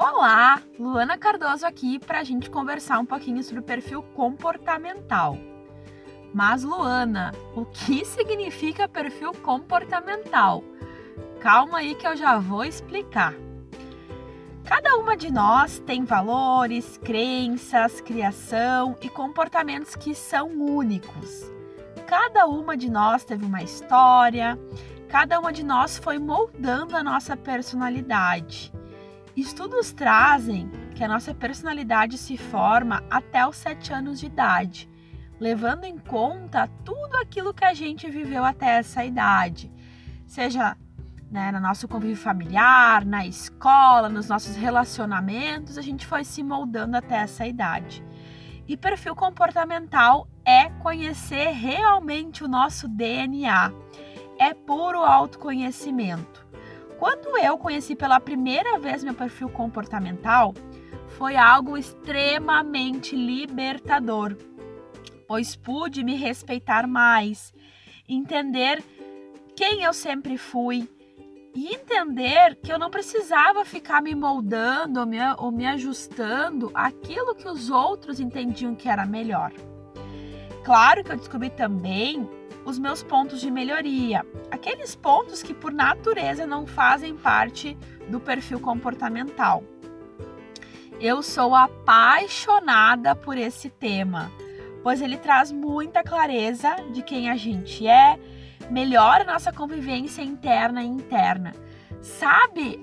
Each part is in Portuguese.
Olá, Luana Cardoso aqui para a gente conversar um pouquinho sobre o perfil comportamental. Mas Luana, o que significa perfil comportamental? Calma aí que eu já vou explicar. Cada uma de nós tem valores, crenças, criação e comportamentos que são únicos. Cada uma de nós teve uma história, cada uma de nós foi moldando a nossa personalidade. Estudos trazem que a nossa personalidade se forma até os 7 anos de idade, levando em conta tudo aquilo que a gente viveu até essa idade, seja no nosso convívio familiar, na escola, nos nossos relacionamentos, a gente foi se moldando até essa idade. E perfil comportamental é conhecer realmente o nosso DNA, é puro autoconhecimento. Quando eu conheci pela primeira vez meu perfil comportamental, foi algo extremamente libertador, pois pude me respeitar mais, entender quem eu sempre fui e entender que eu não precisava ficar me moldando ou me ajustando àquilo que os outros entendiam que era melhor. Claro que eu descobri também os meus pontos de melhoria, aqueles pontos que por natureza não fazem parte do perfil comportamental. Eu sou apaixonada por esse tema, pois ele traz muita clareza de quem a gente é, melhora a nossa convivência interna e interna. Sabe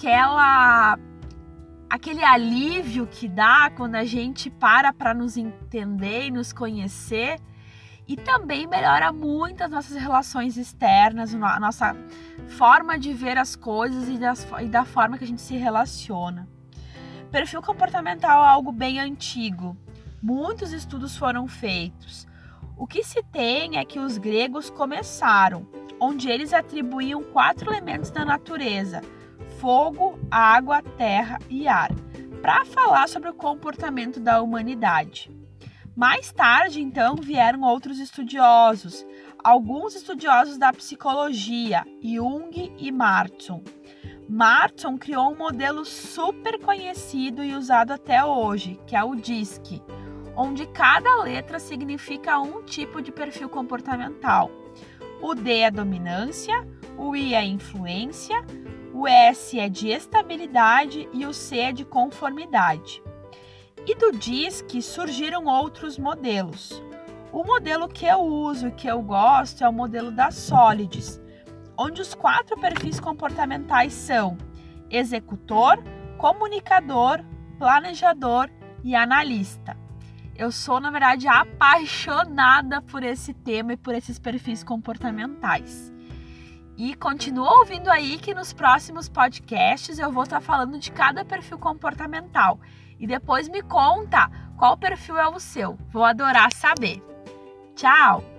aquele alívio que dá quando a gente para nos entender e nos conhecer? E também melhora muito as nossas relações externas, a nossa forma de ver as coisas e da forma que a gente se relaciona. Perfil comportamental é algo bem antigo. Muitos estudos foram feitos. O que se tem é que os gregos começaram, onde eles atribuíam 4 elementos da natureza: fogo, água, terra e ar, para falar sobre o comportamento da humanidade. Mais tarde, então, vieram outros estudiosos, alguns estudiosos da psicologia, Jung e Martson. Martson criou um modelo super conhecido e usado até hoje, que é o DISC, onde cada letra significa um tipo de perfil comportamental. O D é dominância, o I é influência, o S é de estabilidade e o C é de conformidade. E do DISC surgiram outros modelos. O modelo que eu uso e que eu gosto é o modelo da Solids, onde os 4 perfis comportamentais são executor, comunicador, planejador e analista. Eu sou, na verdade, apaixonada por esse tema e por esses perfis comportamentais. E continua ouvindo aí que nos próximos podcasts eu vou estar falando de cada perfil comportamental. E depois me conta qual perfil é o seu. Vou adorar saber. Tchau!